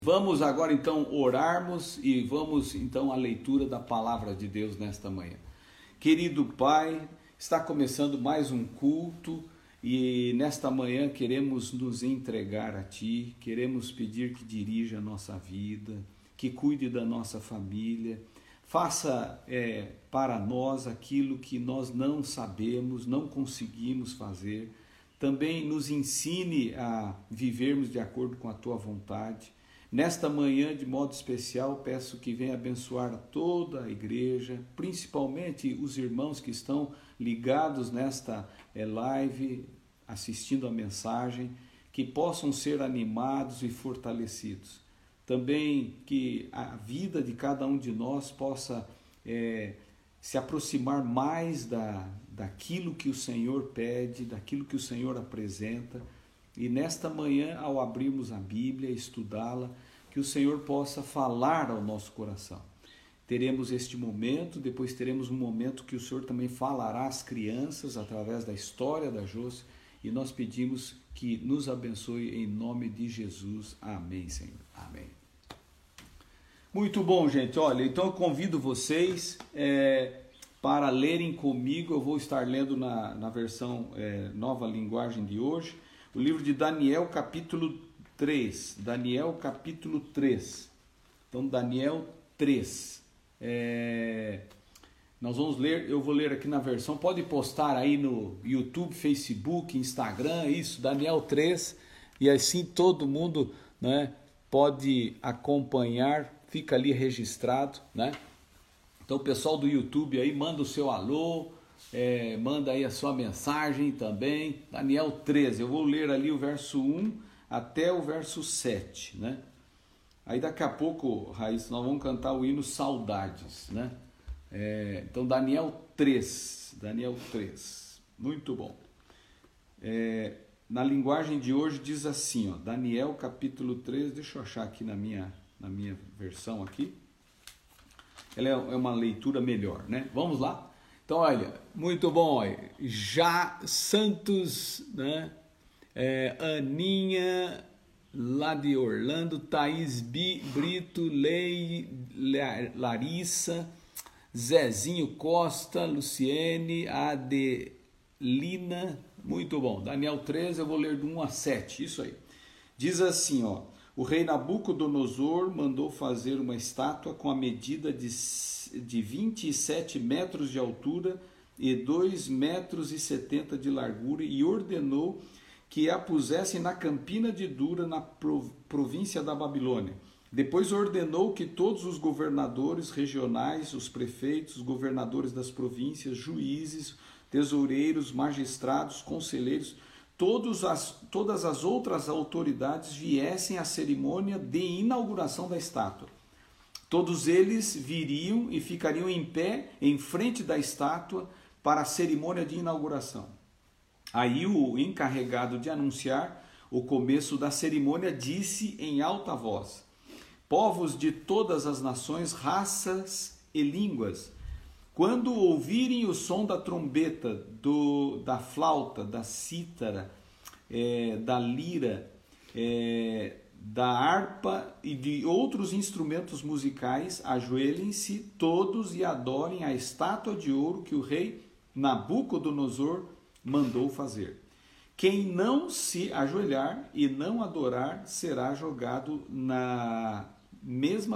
Vamos agora então orarmos e vamos então à leitura da palavra de Deus nesta manhã. Querido Pai, está começando mais um culto e nesta manhã queremos nos entregar a Ti, queremos pedir que dirija a nossa vida, que cuide da nossa família, faça para nós aquilo que nós não sabemos, não conseguimos fazer, também nos ensine a vivermos de acordo com a Tua vontade. Nesta manhã, de modo especial, peço que venha abençoar toda a igreja, principalmente os irmãos que estão ligados nesta live, assistindo a mensagem, que possam ser animados e fortalecidos. Também que a vida de cada um de nós possa se aproximar mais daquilo que o Senhor pede, daquilo que o Senhor apresenta. E nesta manhã, ao abrirmos a Bíblia, estudá-la, que o Senhor possa falar ao nosso coração. Teremos este momento, depois teremos um momento que o Senhor também falará às crianças através da história da Josi, e nós pedimos que nos abençoe em nome de Jesus. Amém, Senhor. Amém. Muito bom, gente. Olha, então eu convido vocês para lerem comigo. Eu vou estar lendo na versão Nova Linguagem de hoje, o livro de Daniel, capítulo 3. Daniel, capítulo 3. Então, Daniel 3. Nós vamos ler, eu vou ler aqui na versão, pode postar aí no YouTube, Facebook, Instagram, isso, Daniel 3, e assim todo mundo, né, pode acompanhar, fica ali registrado, né? Então, o pessoal do YouTube aí, manda o seu alô, manda aí a sua mensagem também. Daniel 13, eu vou ler ali o verso 1 até o verso 7, né? Aí daqui a pouco, Raíssa, nós vamos cantar o hino Saudades, né? Então Daniel 3, muito bom. Na linguagem de hoje diz assim, ó, Daniel capítulo 3, deixa eu achar aqui na minha versão aqui. Ela é uma leitura melhor, né? Vamos lá? Então, olha, muito bom, olha. Já Santos, né? Aninha, lá de Orlando, Thaís Brito, Larissa, Zezinho Costa, Luciene, Adelina, muito bom. Daniel 13, eu vou ler do 1 a 7, isso aí. Diz assim, ó. O rei Nabucodonosor mandou fazer uma estátua com a medida de 27 metros de altura e 2,70 metros de largura e ordenou que a pusessem na Campina de Dura, na província da Babilônia. Depois ordenou que todos os governadores regionais, os prefeitos, os governadores das províncias, juízes, tesoureiros, magistrados, conselheiros, todas as outras autoridades viessem à cerimônia de inauguração da estátua. Todos eles viriam e ficariam em pé em frente da estátua para a cerimônia de inauguração. Aí o encarregado de anunciar o começo da cerimônia disse em alta voz: povos de todas as nações, raças e línguas, quando ouvirem o som da trombeta, da flauta, da cítara, da lira, da harpa e de outros instrumentos musicais, ajoelhem-se todos e adorem a estátua de ouro que o rei Nabucodonosor mandou fazer. Quem não se ajoelhar e não adorar será jogado na mesma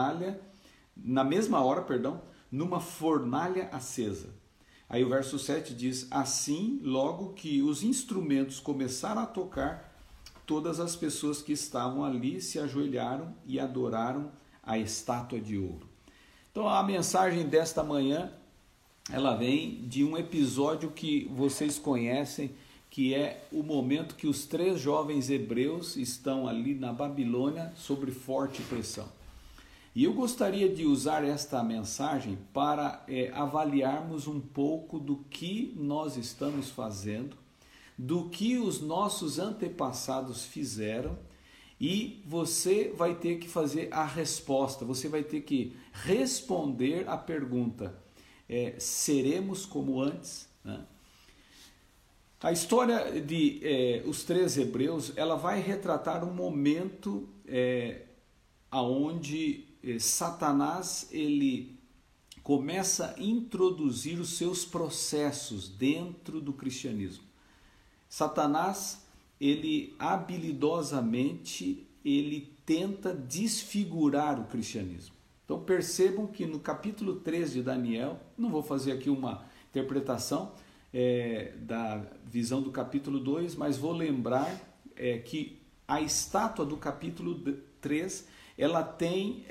hora, numa fornalha acesa. Aí o verso 7 diz: assim, logo que os instrumentos começaram a tocar, todas as pessoas que estavam ali se ajoelharam e adoraram a estátua de ouro. Então a mensagem desta manhã, ela vem de um episódio que vocês conhecem, que é o momento que os 3 jovens hebreus estão ali na Babilônia sob forte pressão. E eu gostaria de usar esta mensagem para avaliarmos um pouco do que nós estamos fazendo, do que os nossos antepassados fizeram, e você vai ter que fazer a resposta, você vai ter que responder a pergunta: seremos como antes? Né? A história de os 3 hebreus, ela vai retratar um momento aonde Satanás ele começa a introduzir os seus processos dentro do cristianismo. Satanás, ele habilidosamente, ele tenta desfigurar o cristianismo. Então percebam que no capítulo 3 de Daniel, não vou fazer aqui uma interpretação da visão do capítulo 2, mas vou lembrar que a estátua do capítulo 3, ela tem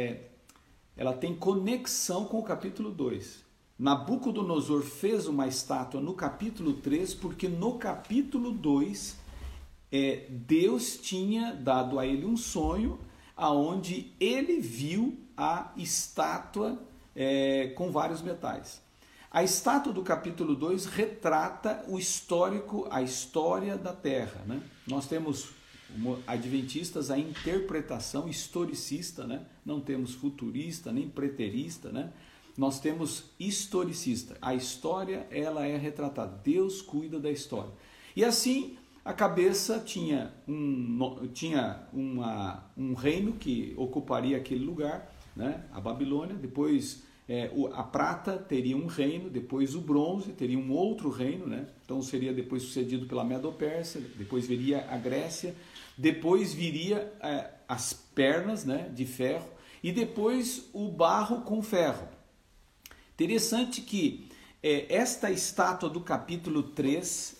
conexão com o capítulo 2. Nabucodonosor fez uma estátua no capítulo 3, porque no capítulo 2, Deus tinha dado a ele um sonho, aonde ele viu a estátua com vários metais. A estátua do capítulo 2 retrata o histórico, a história da Terra, né? Nós temos adventistas a interpretação historicista, né? Não temos futurista nem preterista, né? Nós temos historicista. A história, ela é retratada. Deus cuida da história. E assim, a cabeça tinha um reino que ocuparia aquele lugar, né? A Babilônia. Depois a prata teria um reino, depois o bronze teria um outro reino, né? Então seria depois sucedido pela Medo-Pérsia, depois viria a Grécia, depois viria as pernas, né, de ferro, e depois o barro com ferro. Interessante que esta estátua do capítulo 3,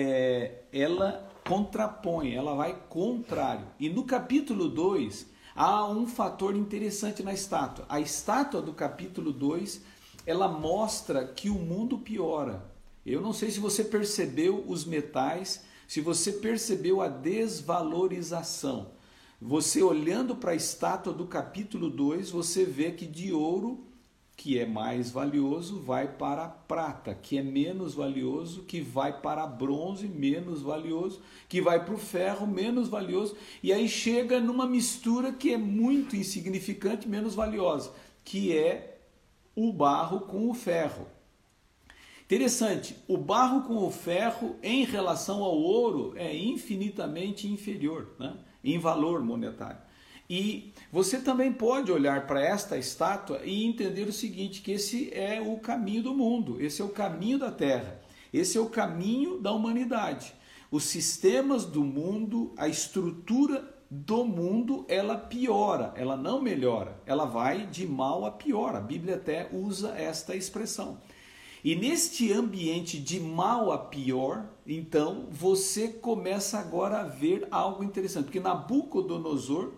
ela contrapõe, ela vai contrário. E no capítulo 2, há um fator interessante na estátua. A estátua do capítulo 2, ela mostra que o mundo piora. Eu não sei se você percebeu os metais, se você percebeu a desvalorização. Você olhando para a estátua do capítulo 2, você vê que de ouro, que é mais valioso, vai para a prata, que é menos valioso, que vai para bronze, menos valioso, que vai para o ferro, menos valioso, e aí chega numa mistura que é muito insignificante, menos valiosa, que é o barro com o ferro. Interessante, o barro com o ferro em relação ao ouro é infinitamente inferior, né, em valor monetário. E você também pode olhar para esta estátua e entender o seguinte, que esse é o caminho do mundo, esse é o caminho da Terra, esse é o caminho da humanidade. Os sistemas do mundo, a estrutura do mundo, ela piora, ela não melhora, ela vai de mal a pior. A Bíblia até usa esta expressão. E neste ambiente de mal a pior, então você começa agora a ver algo interessante, porque Nabucodonosor,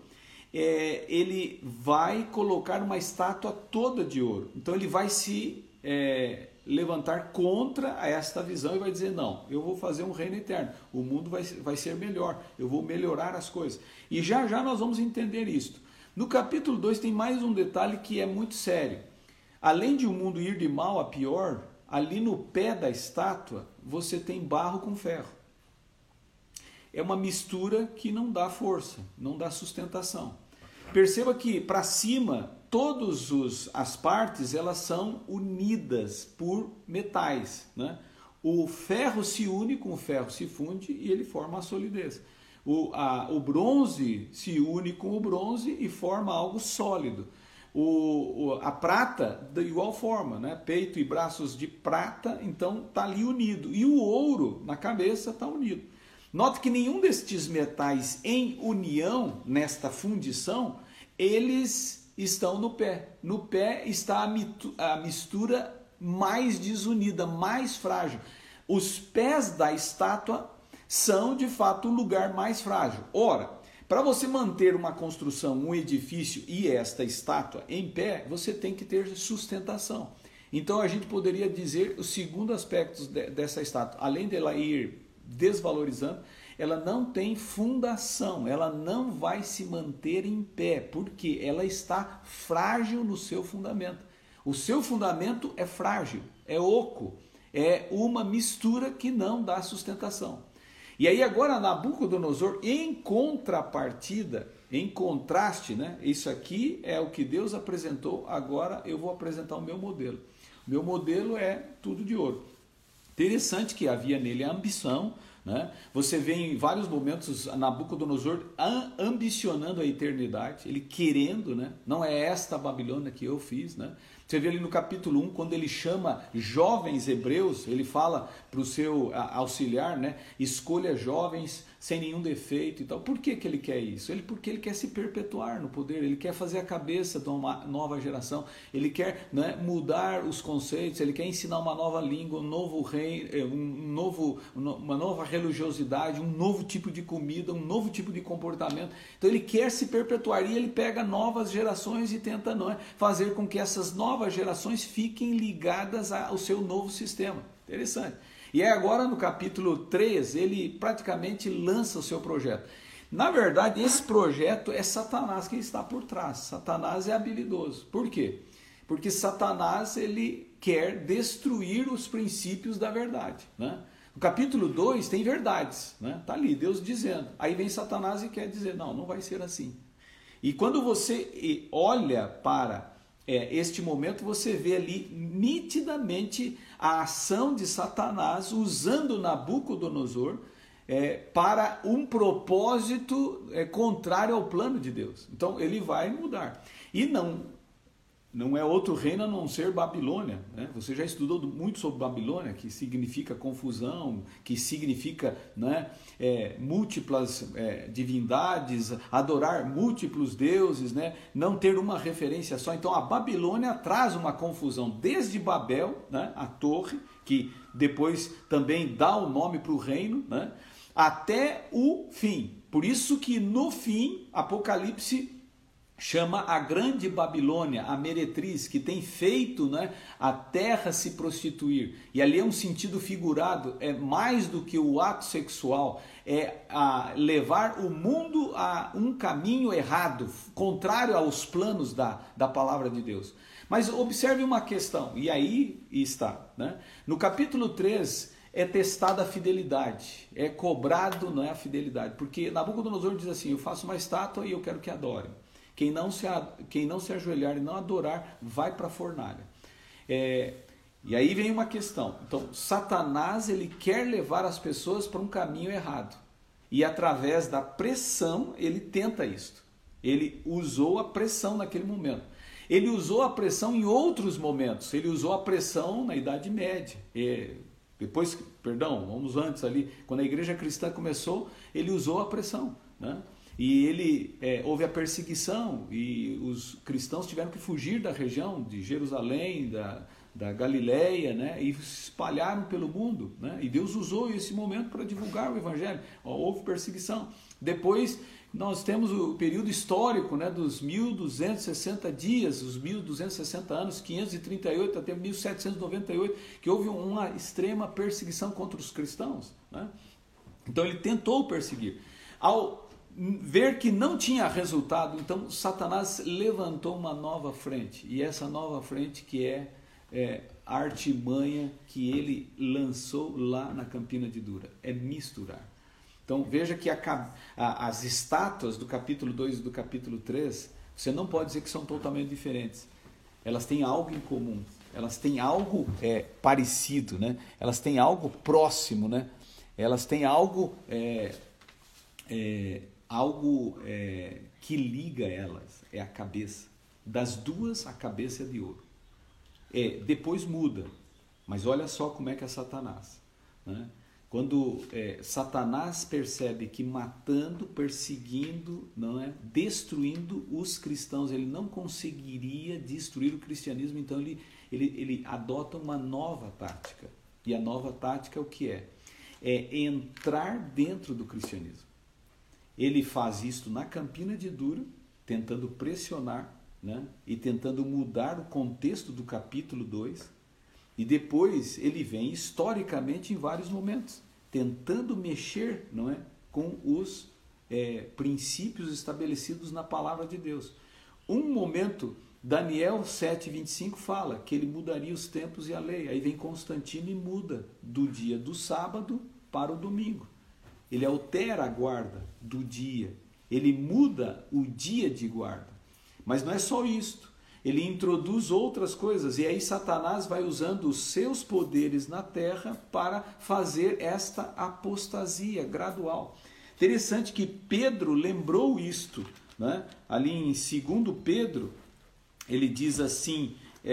ele vai colocar uma estátua toda de ouro. Então ele vai se levantar contra esta visão e vai dizer, não, eu vou fazer um reino eterno, o mundo vai ser melhor, eu vou melhorar as coisas. E já já nós vamos entender isto. No capítulo 2 tem mais um detalhe que é muito sério. Além de o mundo ir de mal a pior, ali no pé da estátua você tem barro com ferro. É uma mistura que não dá força, não dá sustentação. Perceba que para cima, todas as partes elas são unidas por metais, né? O ferro se une com o ferro, se funde e ele forma a solidez. O bronze se une com o bronze e forma algo sólido. A prata, da igual forma, né? Peito e braços de prata, então está ali unido. E o ouro na cabeça está unido. Note que nenhum destes metais em união, nesta fundição, eles estão no pé. No pé está a mistura mais desunida, mais frágil. Os pés da estátua são, de fato, o lugar mais frágil. Ora, para você manter uma construção, um edifício e esta estátua em pé, você tem que ter sustentação. Então a gente poderia dizer o segundo aspecto dessa estátua, além dela ir desvalorizando, ela não tem fundação, ela não vai se manter em pé, porque ela está frágil no seu fundamento. O seu fundamento é frágil, é oco, é uma mistura que não dá sustentação. E aí agora Nabucodonosor, em contrapartida, em contraste, né? Isso aqui é o que Deus apresentou, agora eu vou apresentar o meu modelo. O meu modelo é tudo de ouro. Interessante que havia nele a ambição, né? Você vê em vários momentos Nabucodonosor ambicionando a eternidade, ele querendo, né? Não é esta a Babilônia que eu fiz, né? Você vê ali no capítulo 1, quando ele chama jovens hebreus, ele fala para o seu auxiliar, né? Escolha jovens sem nenhum defeito e tal. Por que ele quer isso? Porque ele quer se perpetuar no poder, ele quer fazer a cabeça de uma nova geração, ele quer, né, mudar os conceitos, ele quer ensinar uma nova língua, um novo reino, uma nova religiosidade, um novo tipo de comida, um novo tipo de comportamento. Então ele quer se perpetuar e ele pega novas gerações e tenta, não é, fazer com que essas novas gerações fiquem ligadas ao seu novo sistema. Interessante. E aí agora no capítulo 3 ele praticamente lança o seu projeto. Na verdade esse projeto é Satanás que está por trás. Satanás é habilidoso. Por quê? Porque Satanás ele quer destruir os princípios da verdade, né? No capítulo 2 tem verdades, né? Tá ali Deus dizendo. Aí vem Satanás e quer dizer, não vai ser assim. E quando você olha para este momento, você vê ali nitidamente a ação de Satanás usando Nabucodonosor para um propósito contrário ao plano de Deus. Então ele vai mudar. E não é outro reino a não ser Babilônia, né? Você já estudou muito sobre Babilônia, que significa confusão, que significa, né, múltiplas divindades, adorar múltiplos deuses, né? Não ter uma referência só. Então a Babilônia traz uma confusão desde Babel, né, a torre, que depois também dá o nome para o reino, né, até o fim. Por isso que no fim, Apocalipse chama a grande Babilônia, a meretriz, que tem feito, né, a terra se prostituir. E ali é um sentido figurado, é mais do que o ato sexual, é levar o mundo a um caminho errado, contrário aos planos da palavra de Deus. Mas observe uma questão, e aí está, né? No capítulo 3 é testada a fidelidade, é cobrado, não é, a fidelidade, porque Nabucodonosor diz assim, eu faço uma estátua e eu quero que adorem. Quem não se ajoelhar e não adorar, vai para a fornalha. E aí vem uma questão. Então, Satanás ele quer levar as pessoas para um caminho errado. E através da pressão, ele tenta isso. Ele usou a pressão naquele momento. Ele usou a pressão em outros momentos. Ele usou a pressão na Idade Média. Vamos antes ali. Quando a igreja cristã começou, ele usou a pressão, né? E houve a perseguição e os cristãos tiveram que fugir da região de Jerusalém, da Galileia, né? E se espalharam pelo mundo, né? E Deus usou esse momento para divulgar o evangelho. Houve perseguição. Depois nós temos o período histórico, né, dos 1260 dias, os 1260 anos, 538 até 1798, que houve uma extrema perseguição contra os cristãos, né? Então ele tentou perseguir. Ao ver que não tinha resultado, então Satanás levantou uma nova frente, e essa nova frente que é a artimanha que ele lançou lá na Campina de Dura, é misturar. Então veja que as estátuas do capítulo 2 e do capítulo 3, você não pode dizer que são totalmente diferentes, elas têm algo em comum, elas têm algo parecido, né? Elas têm algo próximo, né? Elas têm algo que liga elas, é a cabeça. Das duas, a cabeça é de ouro. Depois muda, mas olha só como é que é Satanás, né? Quando Satanás percebe que matando, perseguindo, não é, destruindo os cristãos, ele não conseguiria destruir o cristianismo, então ele adota uma nova tática. E a nova tática é o que é? É entrar dentro do cristianismo. Ele faz isto na Campina de Dura, tentando pressionar, né, e tentando mudar o contexto do capítulo 2. E depois ele vem historicamente em vários momentos, tentando mexer, não é, com os princípios estabelecidos na palavra de Deus. Um momento, Daniel 7:25 fala que ele mudaria os tempos e a lei. Aí vem Constantino e muda do dia do sábado para o domingo. Ele altera a guarda do dia, ele muda o dia de guarda. Mas não é só isto. ele introduz outras coisas, e aí Satanás vai usando os seus poderes na terra para fazer esta apostasia gradual. Interessante que Pedro lembrou isto, né? Ali em 2 Pedro, ele diz assim,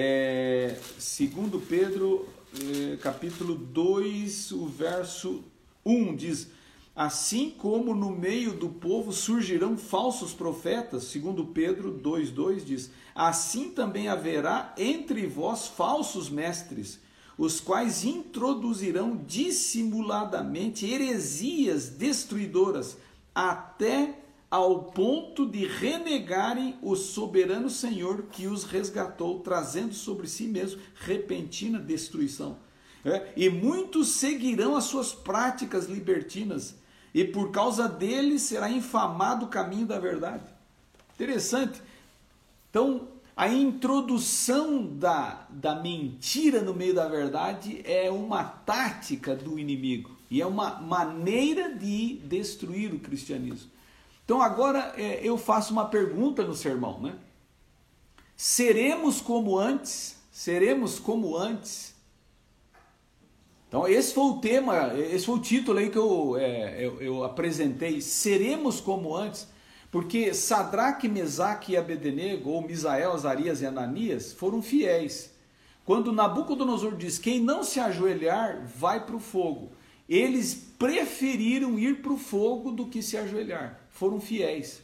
2 Pedro, capítulo 2, o verso 1, diz: assim como no meio do povo surgirão falsos profetas, segundo Pedro 2,2 diz, assim também haverá entre vós falsos mestres, os quais introduzirão dissimuladamente heresias destruidoras, até ao ponto de renegarem o soberano Senhor que os resgatou, trazendo sobre si mesmo repentina destruição. E muitos seguirão as suas práticas libertinas, e por causa deles será infamado o caminho da verdade. Interessante. Então, a introdução da mentira no meio da verdade é uma tática do inimigo. E é uma maneira de destruir o cristianismo. Então, agora eu faço uma pergunta no sermão, né? Seremos como antes? Seremos como antes? Então esse foi o tema, esse foi o título aí que eu apresentei, seremos como antes, porque Sadraque, Mesaque e Abednego, ou Misael, Azarias e Ananias, foram fiéis. Quando Nabucodonosor diz, quem não se ajoelhar vai para o fogo, eles preferiram ir para o fogo do que se ajoelhar, foram fiéis.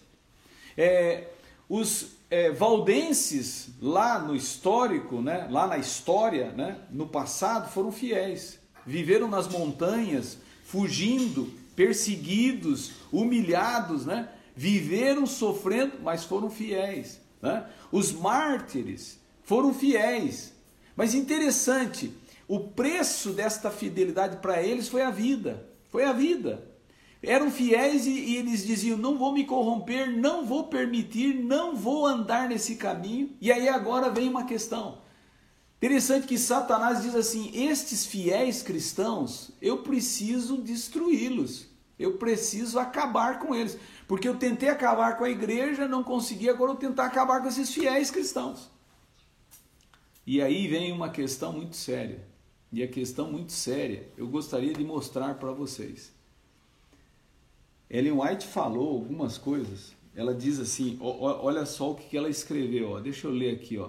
Os valdenses, lá no histórico, né, lá na história, né, no passado, foram fiéis. Viveram nas montanhas, fugindo, perseguidos, humilhados, né? Viveram sofrendo, mas foram fiéis, né? Os mártires foram fiéis. Mas interessante, o preço desta fidelidade para eles foi a vida. Foi a vida. Eram fiéis e eles diziam, não vou me corromper, não vou permitir, não vou andar nesse caminho. E aí agora vem uma questão. Interessante que Satanás diz assim, estes fiéis cristãos, eu preciso destruí-los, eu preciso acabar com eles, porque eu tentei acabar com a igreja, não consegui, agora eu vou tentar acabar com esses fiéis cristãos. E aí vem uma questão muito séria, e a questão muito séria eu gostaria de mostrar para vocês. Ellen White falou algumas coisas, ela diz assim, olha só o que ela escreveu, deixa eu ler aqui,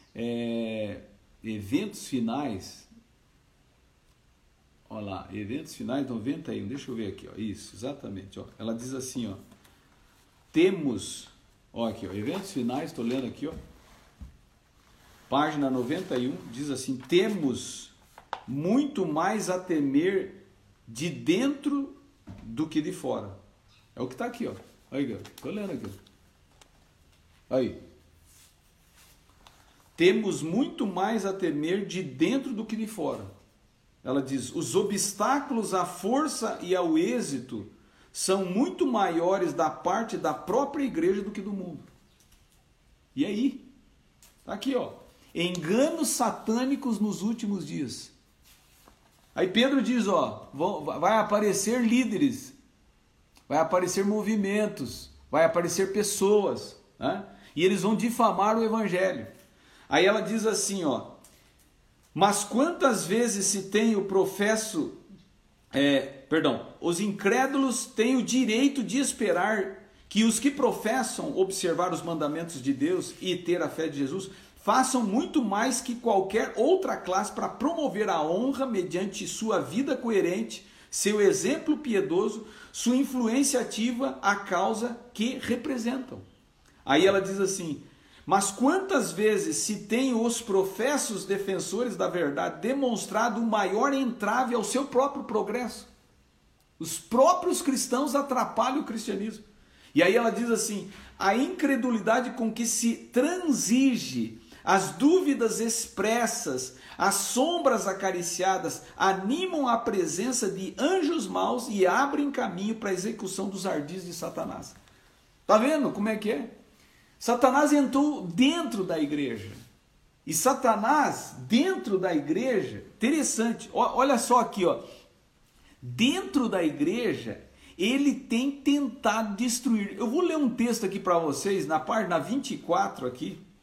eventos finais, olha lá, eventos finais 91, deixa eu ver aqui, isso, exatamente, ela diz assim, temos, aqui, eventos finais, estou lendo aqui, página 91, diz assim, temos muito mais a temer de dentro do que de fora, é o que está aqui, aí, estou lendo aqui, aí, temos muito mais a temer de dentro do que de fora. Ela diz, os obstáculos à força e ao êxito são muito maiores da parte da própria igreja do que do mundo. E aí? Está aqui, enganos satânicos nos últimos dias. Aí Pedro diz, vai aparecer líderes, vai aparecer movimentos, vai aparecer pessoas, né? E eles vão difamar o evangelho. Aí ela diz assim, mas quantas vezes se tem o professo, os incrédulos têm o direito de esperar que os que professam observar os mandamentos de Deus e ter a fé de Jesus, façam muito mais que qualquer outra classe para promover a honra mediante sua vida coerente, seu exemplo piedoso, sua influência ativa à causa que representam. Aí ela diz assim, mas quantas vezes se tem os professos defensores da verdade demonstrado o maior entrave ao seu próprio progresso? Os próprios cristãos atrapalham o cristianismo. E aí ela diz assim, a incredulidade com que se transige, as dúvidas expressas, as sombras acariciadas, animam a presença de anjos maus e abrem caminho para a execução dos ardis de Satanás. Está vendo como é que é? Satanás entrou dentro da igreja. E Satanás, dentro da igreja, interessante, olha só aqui, dentro da igreja, ele tem tentado destruir. Eu vou ler um texto aqui para vocês, na página 24 aqui,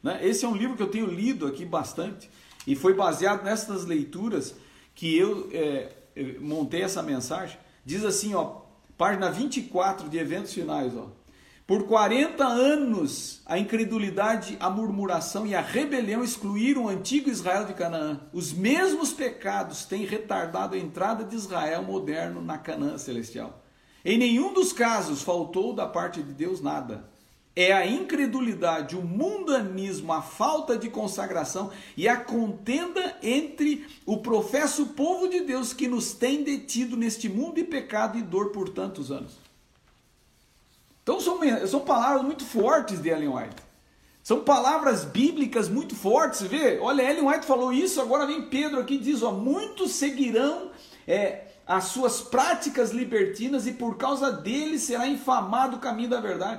né? Esse é um livro que eu tenho lido aqui bastante e foi baseado nessas leituras que eu montei essa mensagem. Diz assim, ó, página 24 de Eventos Finais, ó. Por 40 anos, a incredulidade, a murmuração e a rebelião excluíram o antigo Israel de Canaã. Os mesmos pecados têm retardado a entrada de Israel moderno na Canaã celestial. Em nenhum dos casos faltou da parte de Deus nada. É a incredulidade, o mundanismo, a falta de consagração e a contenda entre o professo povo de Deus que nos tem detido neste mundo de pecado e dor por tantos anos. Então são palavras muito fortes de Ellen White. São palavras bíblicas muito fortes. Você vê? Olha, Ellen White falou isso, agora vem Pedro aqui e diz, ó, muitos seguirão as suas práticas libertinas e por causa deles será infamado o caminho da verdade.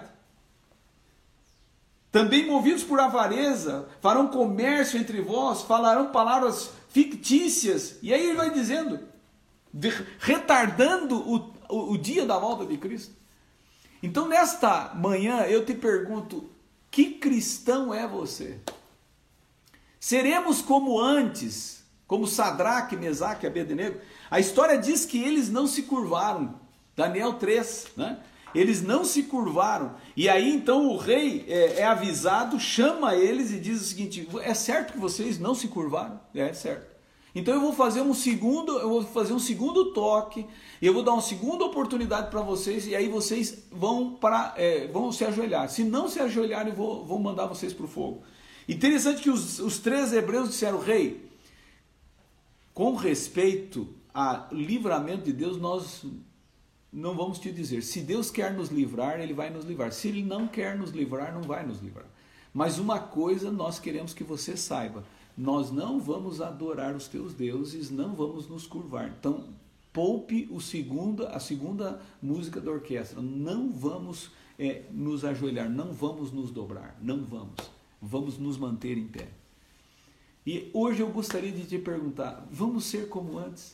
Também movidos por avareza, farão comércio entre vós, falarão palavras fictícias. E aí ele vai dizendo, retardando o dia da volta de Cristo. Então, nesta manhã, eu te pergunto, que cristão é você? Seremos como antes, como Sadraque, Mesaque e Abednego? A história diz que eles não se curvaram. Daniel 3, né? Eles não se curvaram. E aí, então, o rei é avisado, chama eles e diz o seguinte, é certo que vocês não se curvaram? É certo. Então eu vou fazer um segundo toque, eu vou dar uma segunda oportunidade para vocês, e aí vocês vão se ajoelhar. Se não se ajoelharem, vou mandar vocês para o fogo. Interessante que os 3 hebreus disseram, rei, com respeito ao livramento de Deus, nós não vamos te dizer. Se Deus quer nos livrar, Ele vai nos livrar. Se Ele não quer nos livrar, não vai nos livrar. Mas uma coisa nós queremos que você saiba, nós não vamos adorar os teus deuses, não vamos nos curvar. Então, poupe a segunda música da orquestra. Não vamos nos ajoelhar, não vamos nos dobrar, não vamos. Vamos nos manter em pé. E hoje eu gostaria de te perguntar, vamos ser como antes?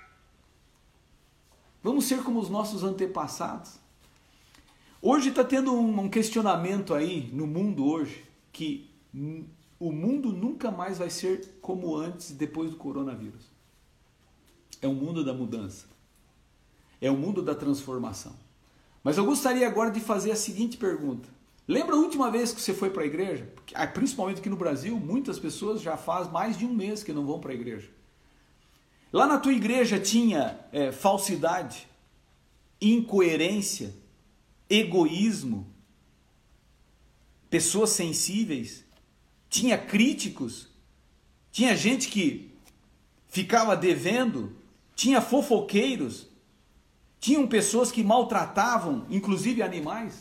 Vamos ser como os nossos antepassados? Hoje está tendo um questionamento aí no mundo hoje, que o mundo nunca mais vai ser como antes, depois do coronavírus. É o mundo da mudança. É o mundo da transformação. Mas eu gostaria agora de fazer a seguinte pergunta. Lembra a última vez que você foi para a igreja? Principalmente aqui no Brasil, muitas pessoas já faz mais de um mês que não vão para a igreja. Lá na tua igreja tinha falsidade, incoerência, egoísmo, pessoas sensíveis, tinha críticos, tinha gente que ficava devendo, tinha fofoqueiros, tinham pessoas que maltratavam, inclusive animais.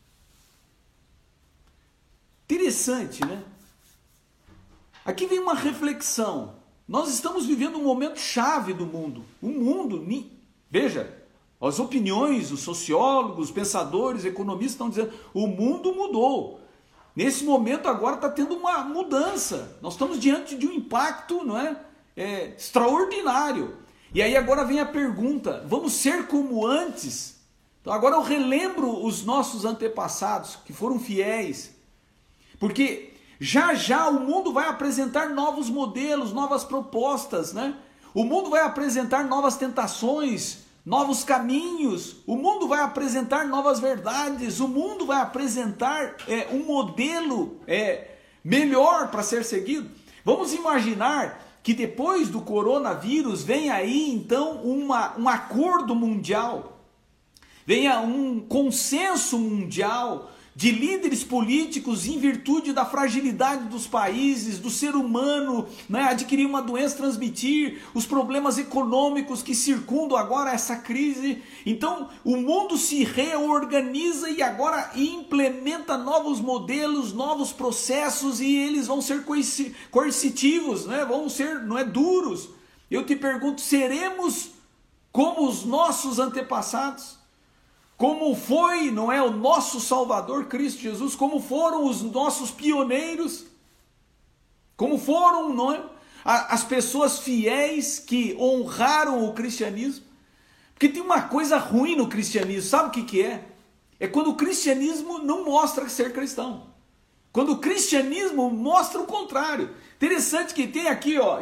Interessante, né? Aqui vem uma reflexão. Nós estamos vivendo um momento chave do mundo. O mundo, veja, as opiniões, os sociólogos, os pensadores, economistas estão dizendo, o mundo mudou. Nesse momento agora está tendo uma mudança. Nós estamos diante de um impacto, não é? Extraordinário. E aí agora vem a pergunta, vamos ser como antes? Então agora eu relembro os nossos antepassados, que foram fiéis. Porque já o mundo vai apresentar novos modelos, novas propostas, né? O mundo vai apresentar novas tentações, novos caminhos, o mundo vai apresentar novas verdades, o mundo vai apresentar um modelo melhor para ser seguido. Vamos imaginar que depois do coronavírus venha aí então um acordo mundial, venha um consenso mundial de líderes políticos em virtude da fragilidade dos países, do ser humano, né, adquirir uma doença, transmitir, os problemas econômicos que circundam agora essa crise. Então o mundo se reorganiza e agora implementa novos modelos, novos processos, e eles vão ser coercitivos, né, vão ser, não é, duros. Eu te pergunto, seremos como os nossos antepassados? Como foi, não é, o nosso Salvador Cristo Jesus, como foram os nossos pioneiros, como foram, não é, as pessoas fiéis que honraram o cristianismo. Porque tem uma coisa ruim no cristianismo, sabe o que é? É quando o cristianismo não mostra ser cristão. Quando o cristianismo mostra o contrário. Interessante que tem aqui, ó,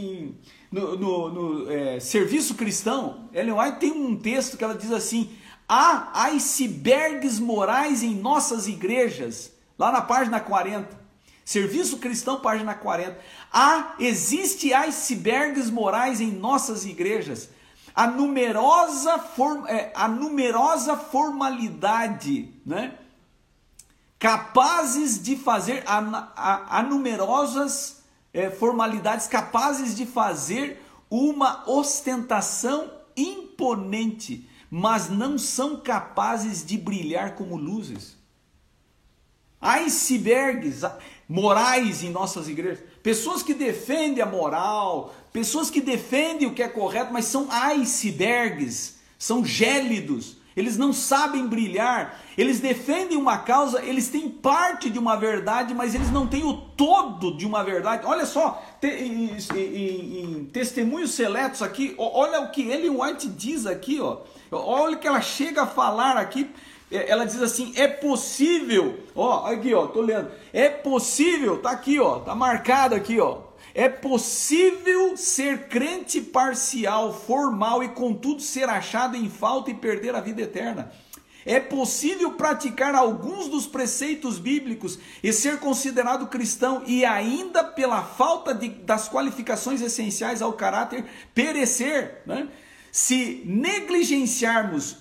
no Serviço Cristão, Ellen White tem um texto que ela diz assim: há icebergs morais em nossas igrejas, lá na página 40. Serviço Cristão, página 40. Existe icebergs morais em nossas igrejas. A numerosa formalidade, né? Capazes de fazer, há numerosas formalidades capazes de fazer uma ostentação imponente, mas não são capazes de brilhar como luzes. Icebergs morais em nossas igrejas, pessoas que defendem a moral, pessoas que defendem o que é correto, mas são icebergs, são gélidos, eles não sabem brilhar, eles defendem uma causa, eles têm parte de uma verdade, mas eles não têm o todo de uma verdade. Olha só, em Testemunhos Seletos aqui, olha o que Ellen White diz aqui, ó. Olha o que ela chega a falar aqui. Ela diz assim: é possível, ó, aqui, ó, tô lendo, é possível, tá aqui, ó, tá marcado aqui, ó, é possível ser crente parcial, formal e contudo ser achado em falta e perder a vida eterna. É possível praticar alguns dos preceitos bíblicos e ser considerado cristão e ainda pela falta das qualificações essenciais ao caráter perecer, né? Se negligenciarmos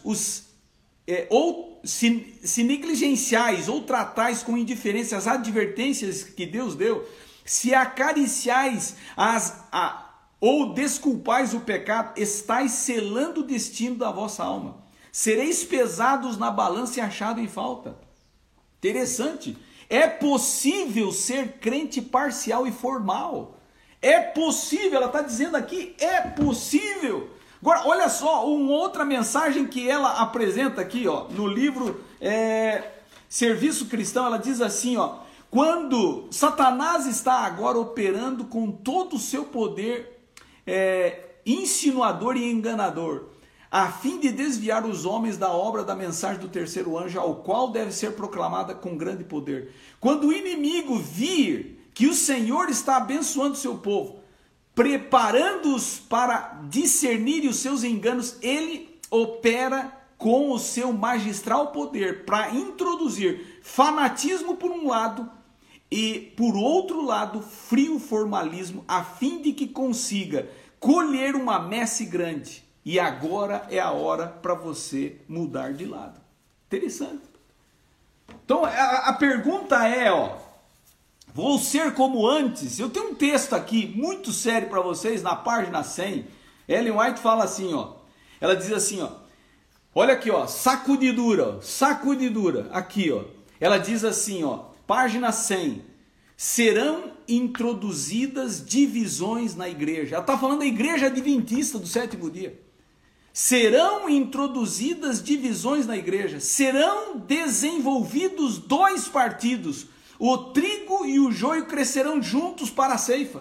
se negligenciais ou tratais com indiferença as advertências que Deus deu, se acariciais ou desculpais o pecado, estáis selando o destino da vossa alma. Sereis pesados na balança e achados em falta. Interessante. É possível ser crente parcial e formal. É possível, ela está dizendo aqui, é possível. Agora, olha só, uma outra mensagem que ela apresenta aqui, ó, no livro Serviço Cristão, ela diz assim, ó: quando Satanás está agora operando com todo o seu poder insinuador e enganador, a fim de desviar os homens da obra da mensagem do terceiro anjo, ao qual deve ser proclamada com grande poder. Quando o inimigo vir que o Senhor está abençoando o seu povo, preparando-os para discernir os seus enganos, ele opera com o seu magistral poder para introduzir fanatismo por um lado e, por outro lado, frio formalismo, a fim de que consiga colher uma messe grande. E agora é a hora para você mudar de lado. Interessante. Então a pergunta é, ó: vou ser como antes? Eu tenho um texto aqui muito sério para vocês na página 100. Ellen White fala assim, ó. Ela diz assim, ó. Olha aqui, ó, sacudidura, sacudidura. Aqui, ó. Ela diz assim, ó, página 100. Serão introduzidas divisões na igreja. Ela está falando da igreja adventista do sétimo dia. Serão introduzidas divisões na igreja. Serão desenvolvidos dois partidos. O trigo e o joio crescerão juntos para a ceifa.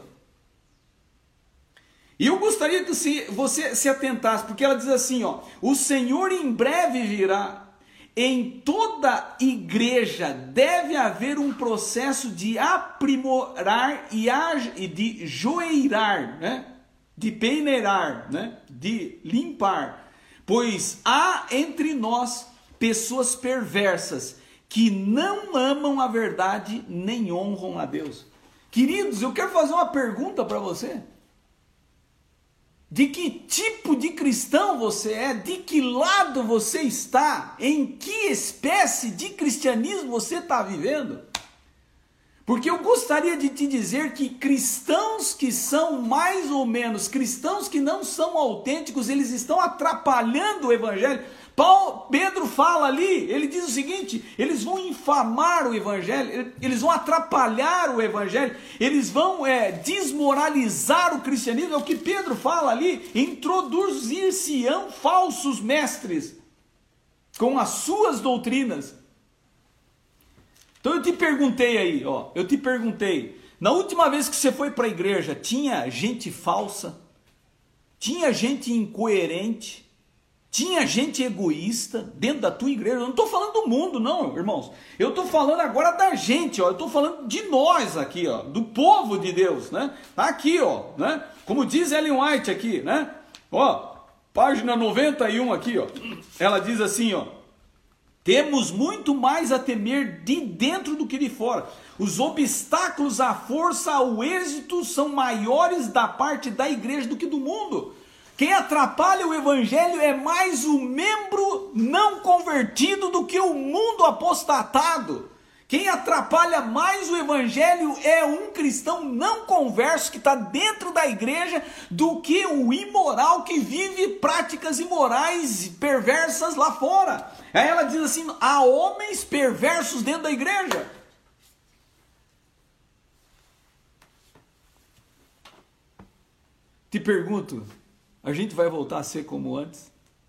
E eu gostaria que você se atentasse, porque ela diz assim, ó: o Senhor em breve virá. Em toda igreja deve haver um processo de aprimorar e de joeirar, né? De peneirar, né? De limpar. Pois há entre nós pessoas perversas que não amam a verdade nem honram a Deus. Queridos, eu quero fazer uma pergunta para você. De que tipo de cristão você é? De que lado você está? Em que espécie de cristianismo você está vivendo? Porque eu gostaria de te dizer que cristãos que são mais ou menos, cristãos que não são autênticos, eles estão atrapalhando o evangelho. Pedro fala ali, ele diz o seguinte: eles vão infamar o evangelho, eles vão atrapalhar o evangelho, eles vão desmoralizar o cristianismo. É o que Pedro fala ali: introduzir-se-ão falsos mestres com as suas doutrinas. Então eu te perguntei aí, ó, na última vez que você foi para a igreja, tinha gente falsa? Tinha gente incoerente? Tinha gente egoísta dentro da tua igreja. Eu não estou falando do mundo, não, irmãos. Eu estou falando agora da gente, ó. Eu estou falando de nós aqui, ó, do povo de Deus, né? Tá aqui, ó, né? Como diz Ellen White aqui, né? Ó, página 91 aqui, ó. Ela diz assim, ó: temos muito mais a temer de dentro do que de fora. Os obstáculos à força, ao êxito, são maiores da parte da igreja do que do mundo. Quem atrapalha o evangelho é mais o membro não convertido do que o mundo apostatado. Quem atrapalha mais o evangelho é um cristão não converso que está dentro da igreja do que o imoral que vive práticas imorais perversas lá fora. Aí ela diz assim: há homens perversos dentro da igreja. Te pergunto, a gente vai voltar a ser como antes?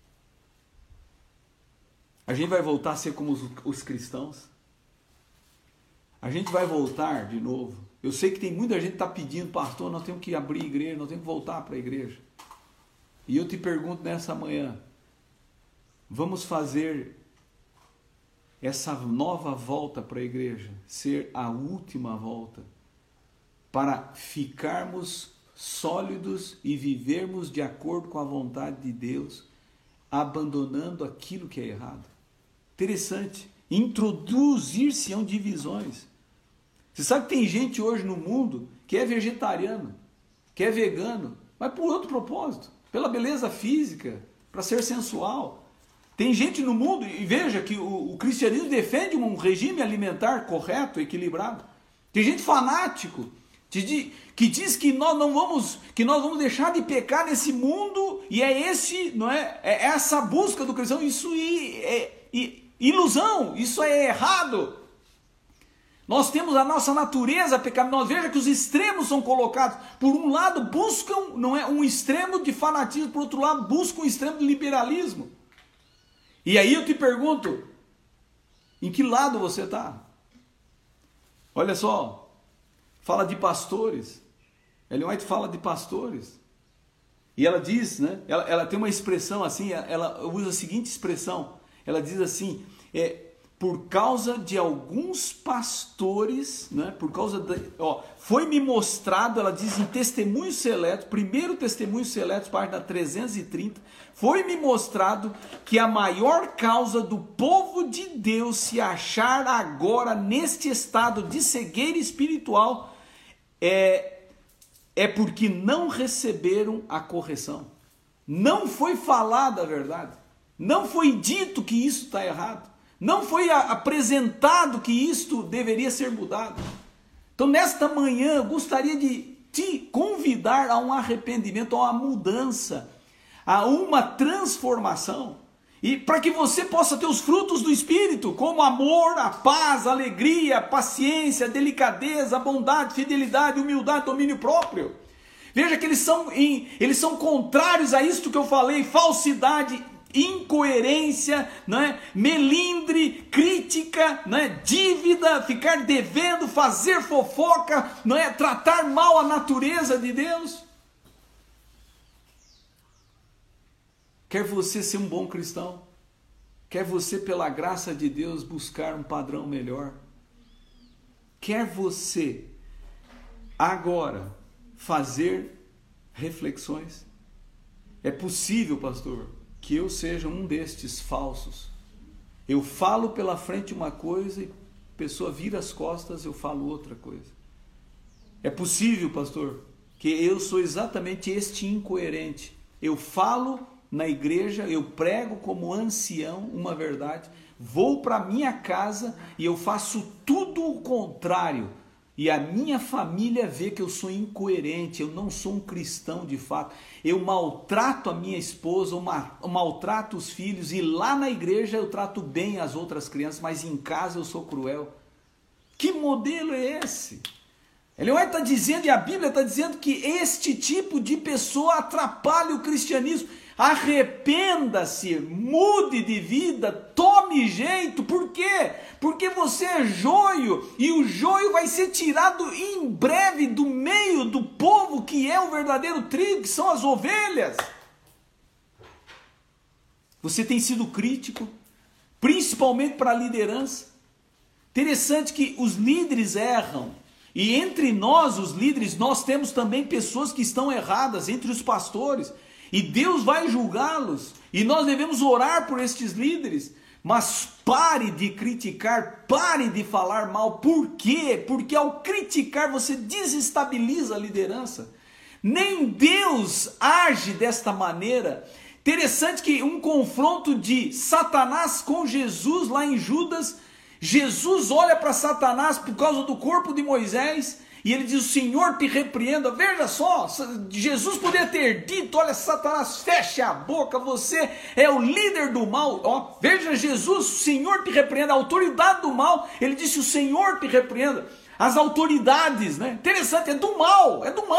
A gente vai voltar a ser como os cristãos? A gente vai voltar de novo? Eu sei que tem muita gente que está pedindo: pastor, nós temos que abrir igreja, nós temos que voltar para a igreja. E eu te pergunto nessa manhã, vamos fazer essa nova volta para a igreja ser a última volta, para ficarmos sólidos e vivermos de acordo com a vontade de Deus, abandonando aquilo que é errado? Interessante. Introduzir-se-ão divisões. Você sabe que tem gente hoje no mundo que é vegetariano, que é vegano, mas por outro propósito, pela beleza física, para ser sensual. Tem gente no mundo, e veja que o cristianismo defende um regime alimentar correto, equilibrado. Tem gente fanático que diz que nós vamos deixar de pecar nesse mundo, e é essa busca do cristão. Isso é ilusão, isso é errado. Nós temos a nossa natureza pecaminosa. Veja que os extremos são colocados. Por um lado buscam, um extremo de fanatismo, por outro lado buscam um extremo de liberalismo. E aí eu te pergunto, em que lado você está? Olha só, fala de pastores. Ellen White fala de pastores. E ela diz, né? Ela tem uma expressão assim, ela usa a seguinte expressão. Ela diz assim: por causa de alguns pastores, né? Foi-me mostrado, ela diz em Testemunhos Seletos, primeiro Testemunhos Seletos, página 330, foi-me mostrado que a maior causa do povo de Deus se achar agora neste estado de cegueira espiritual é porque não receberam a correção. Não foi falada a verdade. Não foi dito que isso está errado. Não foi apresentado que isto deveria ser mudado. Então, nesta manhã, eu gostaria de te convidar a um arrependimento, a uma mudança, a uma transformação. E para que você possa ter os frutos do Espírito, como amor, a paz, a alegria, a paciência, a delicadeza, a bondade, fidelidade, humildade, domínio próprio. Veja que eles são contrários a isto que eu falei: falsidade, incoerência, melindre, crítica, dívida, ficar devendo, fazer fofoca, tratar mal a natureza de Deus. Quer você ser um bom cristão? Quer você, pela graça de Deus, buscar um padrão melhor? Quer você agora fazer reflexões? É possível, pastor, que eu seja um destes falsos. Eu falo pela frente uma coisa e a pessoa vira as costas, eu falo outra coisa. É possível, pastor, que eu sou exatamente este incoerente. Eu falo na igreja, eu prego como ancião uma verdade, vou para minha casa e eu faço tudo o contrário. E a minha família vê que eu sou incoerente, eu não sou um cristão de fato. Eu maltrato a minha esposa, eu maltrato os filhos, e lá na igreja eu trato bem as outras crianças, mas em casa eu sou cruel. Que modelo é esse? Ellen White está dizendo, e a Bíblia está dizendo, que este tipo de pessoa atrapalha o cristianismo. Arrependa-se, mude de vida, tome jeito. Por quê? Porque você é joio, e o joio vai ser tirado em breve do meio do povo que é o verdadeiro trigo, que são as ovelhas. Você tem sido crítico, principalmente para a liderança. Interessante que os líderes erram. E entre nós, os líderes, nós temos também pessoas que estão erradas, entre os pastores. E Deus vai julgá-los. E nós devemos orar por estes líderes. Mas pare de criticar, pare de falar mal. Por quê? Porque ao criticar você desestabiliza a liderança. Nem Deus age desta maneira. Interessante que um confronto de Satanás com Jesus lá em Judas, Jesus olha para Satanás por causa do corpo de Moisés e ele diz: o Senhor te repreenda. Veja só, Jesus poderia ter dito: olha, Satanás, feche a boca, você é o líder do mal. Ó, veja, Jesus, o Senhor te repreenda. A autoridade do mal, ele disse: o Senhor te repreenda. As autoridades, né? Interessante, é do mal,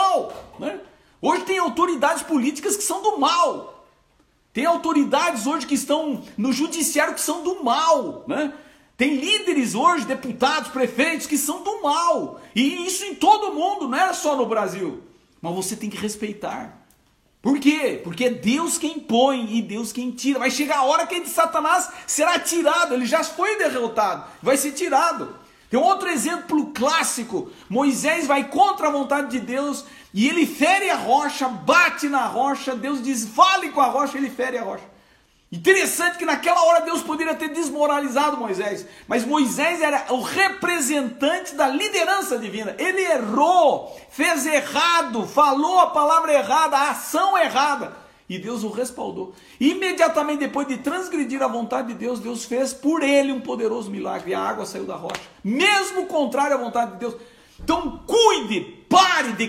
né? Hoje tem autoridades políticas que são do mal. Tem autoridades hoje que estão no judiciário que são do mal, né? Tem líderes hoje, deputados, prefeitos, que são do mal. E isso em todo o mundo, não é só no Brasil. Mas você tem que respeitar. Por quê? Porque é Deus quem põe e Deus quem tira. Vai chegar a hora que Satanás será tirado. Ele já foi derrotado. Vai ser tirado. Tem outro exemplo clássico. Moisés vai contra a vontade de Deus e ele fere a rocha, bate na rocha. Deus diz: fale com a rocha, ele fere a rocha. Interessante que naquela hora Deus poderia ter desmoralizado Moisés, mas Moisés era o representante da liderança divina. Ele errou, fez errado, falou a palavra errada, a ação errada, e Deus o respaldou. Imediatamente depois de transgredir a vontade de Deus, Deus fez por ele um poderoso milagre, e a água saiu da rocha, mesmo contrário à vontade de Deus. Então cuide, pare de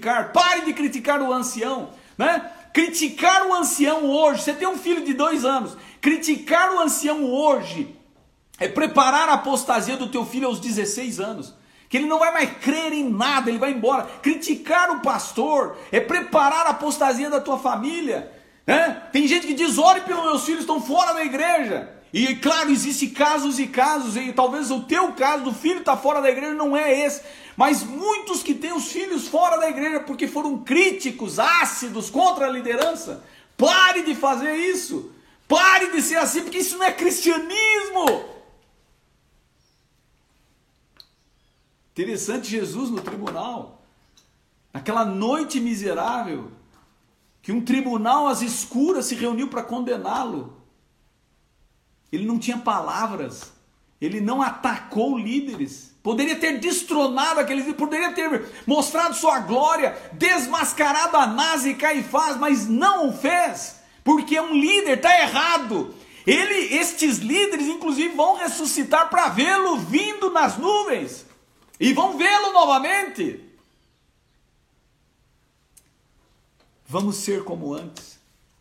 criticar o ancião, né? Criticar o ancião hoje, você tem um filho de 2 anos, criticar o ancião hoje é preparar a apostasia do teu filho aos 16 anos, que ele não vai mais crer em nada, ele vai embora. Criticar o pastor é preparar a apostasia da tua família, né? Tem gente que diz: ore pelos meus filhos, estão fora da igreja. E claro, existem casos e casos, e talvez o teu caso do filho está fora da igreja não é esse. Mas muitos que têm os filhos fora da igreja porque foram críticos, ácidos contra a liderança. Pare de fazer isso. Pare de ser assim, porque isso não é cristianismo. Interessante, Jesus no tribunal, naquela noite miserável, que um tribunal às escuras se reuniu para condená-lo. Ele não tinha palavras, ele não atacou líderes. Poderia ter destronado aqueles líderes, poderia ter mostrado sua glória, desmascarado Anás e Caifás, mas não o fez, porque um líder está errado. Estes líderes inclusive vão ressuscitar para vê-lo vindo nas nuvens, e vão vê-lo novamente. Vamos ser como antes.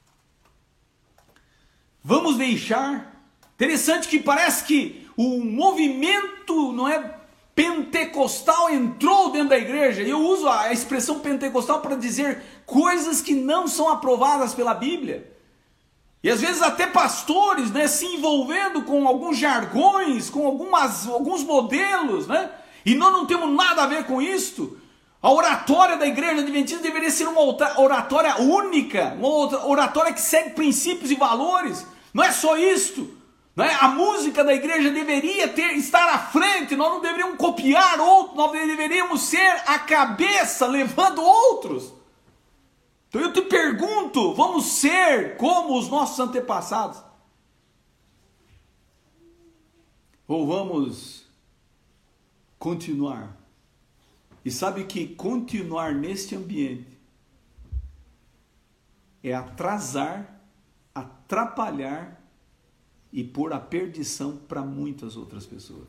Vamos deixar. Interessante que parece que o movimento, não é, pentecostal entrou dentro da igreja. E eu uso a expressão pentecostal para dizer coisas que não são aprovadas pela Bíblia. E às vezes até pastores, né, se envolvendo com alguns jargões, com alguns modelos, né? E nós não temos nada a ver com isto. A oratória da igreja adventista deveria ser uma oratória única, uma oratória que segue princípios e valores. Não é só isto. Não é? A música da igreja deveria estar à frente, nós não deveríamos copiar outros, nós deveríamos ser a cabeça levando outros. Então eu te pergunto, vamos ser como os nossos antepassados? Ou vamos continuar? E sabe que continuar neste ambiente é atrasar, atrapalhar e pôr a perdição para muitas outras pessoas.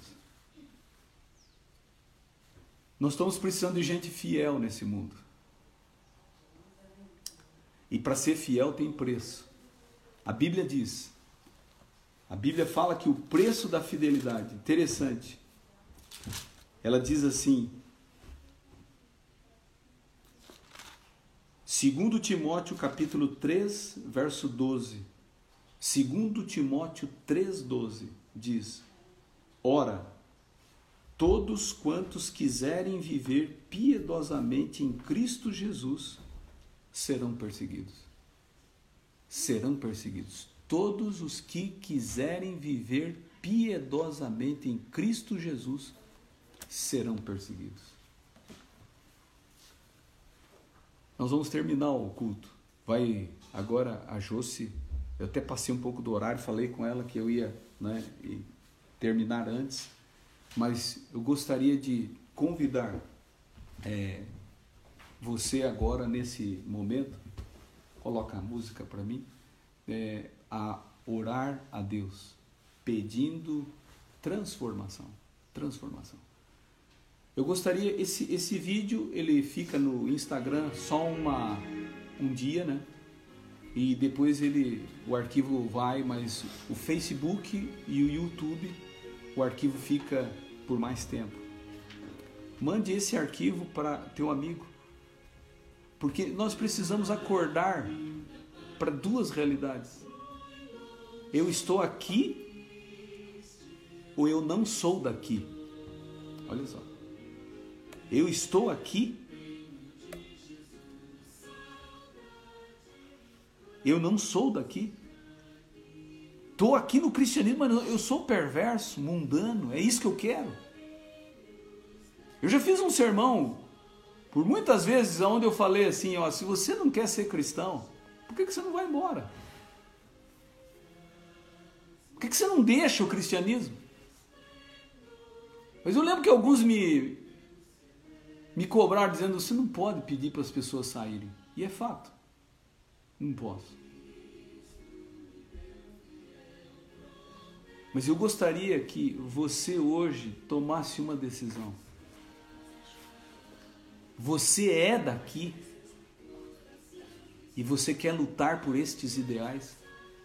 Nós estamos precisando de gente fiel nesse mundo. E para ser fiel tem preço. A Bíblia diz, a Bíblia fala que o preço da fidelidade, interessante, ela diz assim, 2 Timóteo capítulo 3, verso 12, 2 Timóteo 3,12 diz: ora, todos quantos quiserem viver piedosamente em Cristo Jesus serão perseguidos. Serão perseguidos. todos os que quiserem viver piedosamente em Cristo Jesus serão perseguidos. Nós vamos terminar o culto. Vai agora a Josi. Eu até passei um pouco do horário, falei com ela que eu ia, terminar antes, mas eu gostaria de convidar você agora, nesse momento, coloca a música para mim, a orar a Deus, pedindo transformação. Eu gostaria, esse vídeo, ele fica no Instagram só um dia, né? E depois o arquivo vai, mas o Facebook e o YouTube, o arquivo fica por mais tempo. Mande esse arquivo para teu amigo, porque nós precisamos acordar para duas realidades. Eu estou aqui ou eu não sou daqui. Olha só. Eu estou aqui, eu não sou daqui. Estou aqui no cristianismo, mas eu sou perverso, mundano, é isso que eu quero. Eu já fiz um sermão, por muitas vezes, onde eu falei assim, se você não quer ser cristão, por que você não vai embora? Por que você não deixa o cristianismo? Mas eu lembro que alguns me cobraram dizendo, você não pode pedir para as pessoas saírem. E é fato. Não posso. Mas eu gostaria que você hoje tomasse uma decisão. Você é daqui e você quer lutar por estes ideais.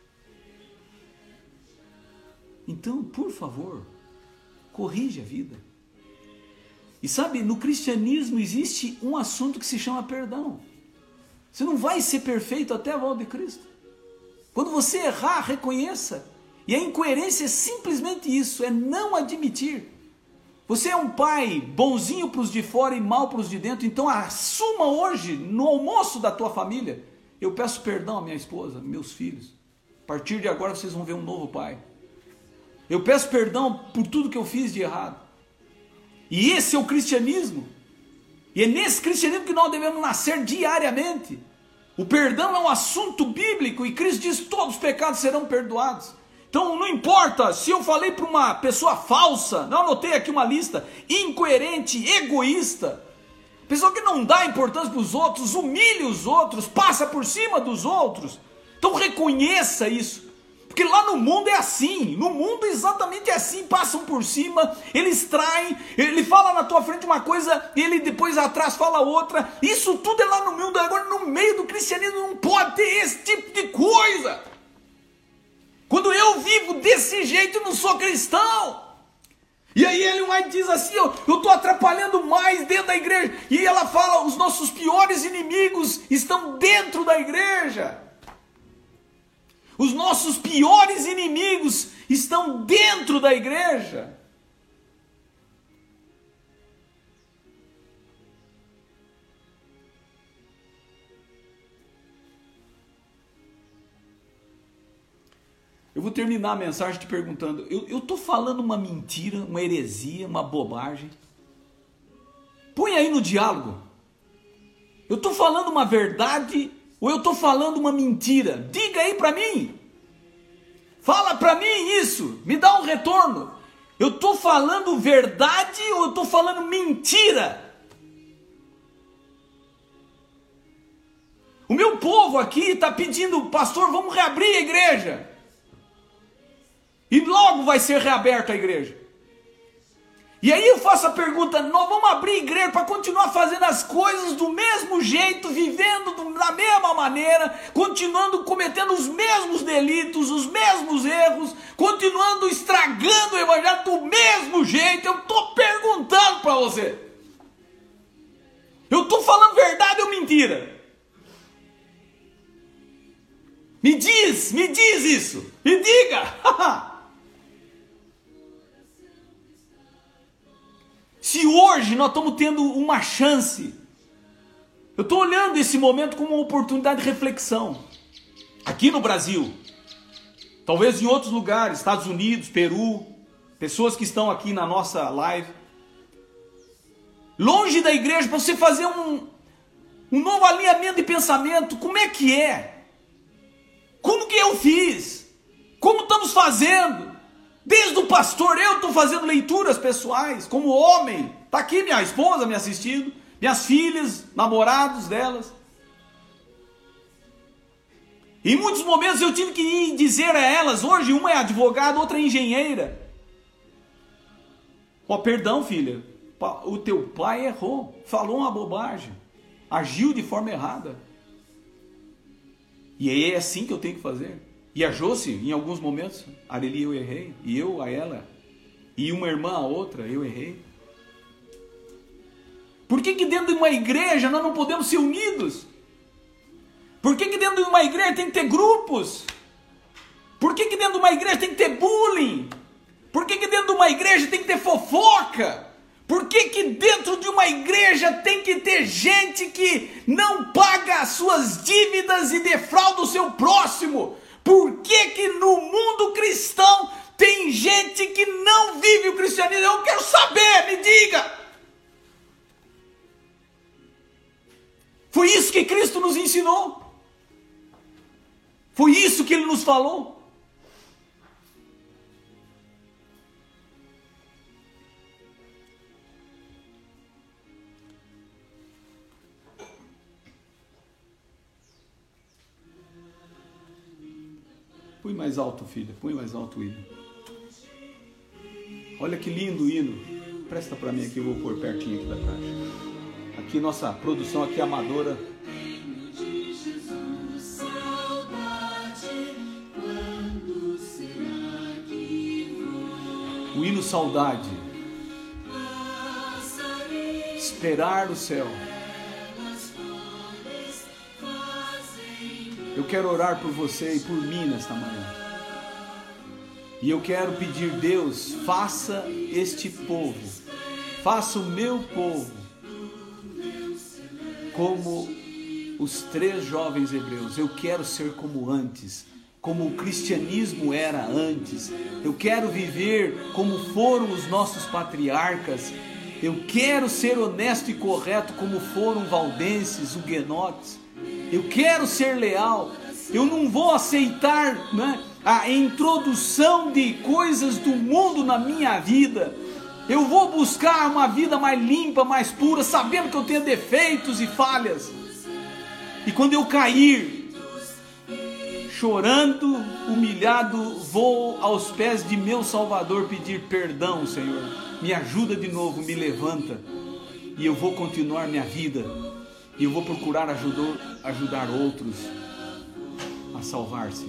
Então, por favor, corrige a vida. E sabe, no cristianismo existe um assunto que se chama perdão. Você não vai ser perfeito até a volta de Cristo. Quando você errar, reconheça. E a incoerência é simplesmente isso, é não admitir. Você é um pai bonzinho para os de fora e mal para os de dentro, então assuma hoje, no almoço da tua família, eu peço perdão à minha esposa, meus filhos. A partir de agora vocês vão ver um novo pai. Eu peço perdão por tudo que eu fiz de errado. E esse é o cristianismo. E é nesse cristianismo que nós devemos nascer diariamente. O perdão é um assunto bíblico e Cristo diz que todos os pecados serão perdoados. Então não importa se eu falei para uma pessoa falsa, não anotei aqui uma lista, incoerente, egoísta, pessoa que não dá importância para os outros, humilha os outros, passa por cima dos outros. Então reconheça isso. Porque lá no mundo é assim, no mundo exatamente é assim, passam por cima, eles traem, ele fala na tua frente uma coisa, ele depois atrás fala outra, isso tudo é lá no mundo, agora no meio do cristianismo não pode ter esse tipo de coisa. Quando eu vivo desse jeito, eu não sou cristão. E aí Ellen White diz assim, eu estou atrapalhando mais dentro da igreja, e ela fala, os nossos piores inimigos estão dentro da igreja. Os nossos piores inimigos estão dentro da igreja. Eu vou terminar a mensagem te perguntando, eu estou falando uma mentira, uma heresia, uma bobagem? Põe aí no diálogo. Eu estou falando uma verdade ou eu estou falando uma mentira? Diga aí para mim. Fala para mim isso. Me dá um retorno. Eu estou falando verdade ou eu estou falando mentira? O meu povo aqui está pedindo, pastor, vamos reabrir a igreja. E logo vai ser reaberta a igreja. E aí eu faço a pergunta, nós vamos abrir a igreja para continuar fazendo as coisas do mesmo jeito, vivendo da mesma maneira, continuando cometendo os mesmos delitos, os mesmos erros, continuando estragando o evangelho do mesmo jeito? Eu estou perguntando para você. Eu estou falando verdade ou mentira? Me diz isso, me diga. Se hoje nós estamos tendo uma chance, eu estou olhando esse momento como uma oportunidade de reflexão, aqui no Brasil, talvez em outros lugares, Estados Unidos, Peru, pessoas que estão aqui na nossa live, longe da igreja, para você fazer um novo alinhamento de pensamento. Como é que é? Como que eu fiz? Como estamos fazendo? Desde o pastor, eu estou fazendo leituras pessoais, como homem. Está aqui minha esposa me assistindo, minhas filhas, namorados delas. Em muitos momentos eu tive que ir dizer a elas, hoje uma é advogada, outra é engenheira. Ó, perdão, filha, o teu pai errou, falou uma bobagem, agiu de forma errada. E é assim que eu tenho que fazer. E a Josi, em alguns momentos, a Areli, eu errei, e eu a ela, e uma irmã a outra, eu errei. Por que dentro de uma igreja nós não podemos ser unidos? Por que dentro de uma igreja tem que ter grupos? Por que dentro de uma igreja tem que ter bullying? Por que dentro de uma igreja tem que ter fofoca? Por que dentro de uma igreja tem que ter gente que não paga as suas dívidas e defrauda o seu próximo? Por que no mundo cristão tem gente que não vive o cristianismo? Eu quero saber, me diga! Foi isso que Cristo nos ensinou. Foi isso que Ele nos falou. Põe mais alto, filha. Põe mais alto o hino. Olha que lindo o hino. Presta para mim aqui, eu vou pôr pertinho aqui da caixa. Aqui nossa produção aqui amadora. O hino Saudade. Esperar o céu. Eu quero orar por você e por mim nesta manhã. E eu quero pedir, Deus, faça este povo, faça o meu povo como os 3 jovens hebreus. Eu quero ser como antes, como o cristianismo era antes. Eu quero viver como foram os nossos patriarcas. Eu quero ser honesto e correto como foram valdenses, huguenotes. Eu quero ser leal. Eu não vou aceitar, né, a introdução de coisas do mundo na minha vida. Eu vou buscar uma vida mais limpa, mais pura, sabendo que eu tenho defeitos e falhas. E quando eu cair, chorando, humilhado, vou aos pés de meu Salvador pedir perdão, Senhor. Me ajuda de novo, me levanta. E eu vou continuar minha vida. E eu vou procurar ajudar outros a salvar-se.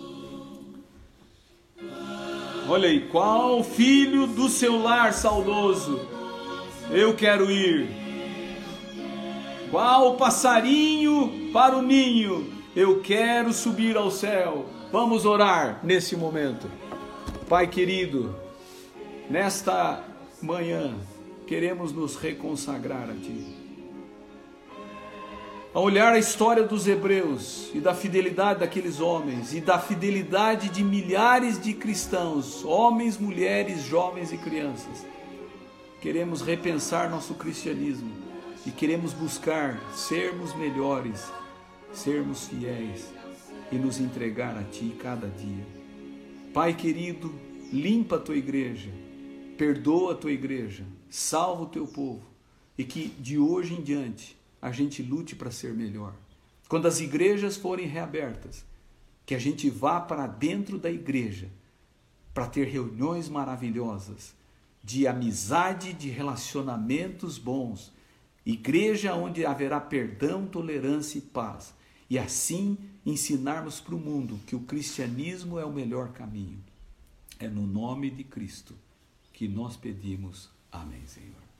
Olha aí, qual filho do seu lar saudoso eu quero ir? Qual passarinho para o ninho eu quero subir ao céu? Vamos orar nesse momento. Pai querido, nesta manhã queremos nos reconsagrar a Ti. A olhar a história dos hebreus e da fidelidade daqueles homens e da fidelidade de milhares de cristãos, homens, mulheres, jovens e crianças, queremos repensar nosso cristianismo e queremos buscar sermos melhores, sermos fiéis e nos entregar a Ti cada dia. Pai querido, limpa a Tua igreja, perdoa a Tua igreja, salva o Teu povo e que de hoje em diante a gente lute para ser melhor. Quando as igrejas forem reabertas, que a gente vá para dentro da igreja para ter reuniões maravilhosas de amizade, de relacionamentos bons, igreja onde haverá perdão, tolerância e paz, e assim ensinarmos para o mundo que o cristianismo é o melhor caminho. É no nome de Cristo que nós pedimos. Amém, Senhor.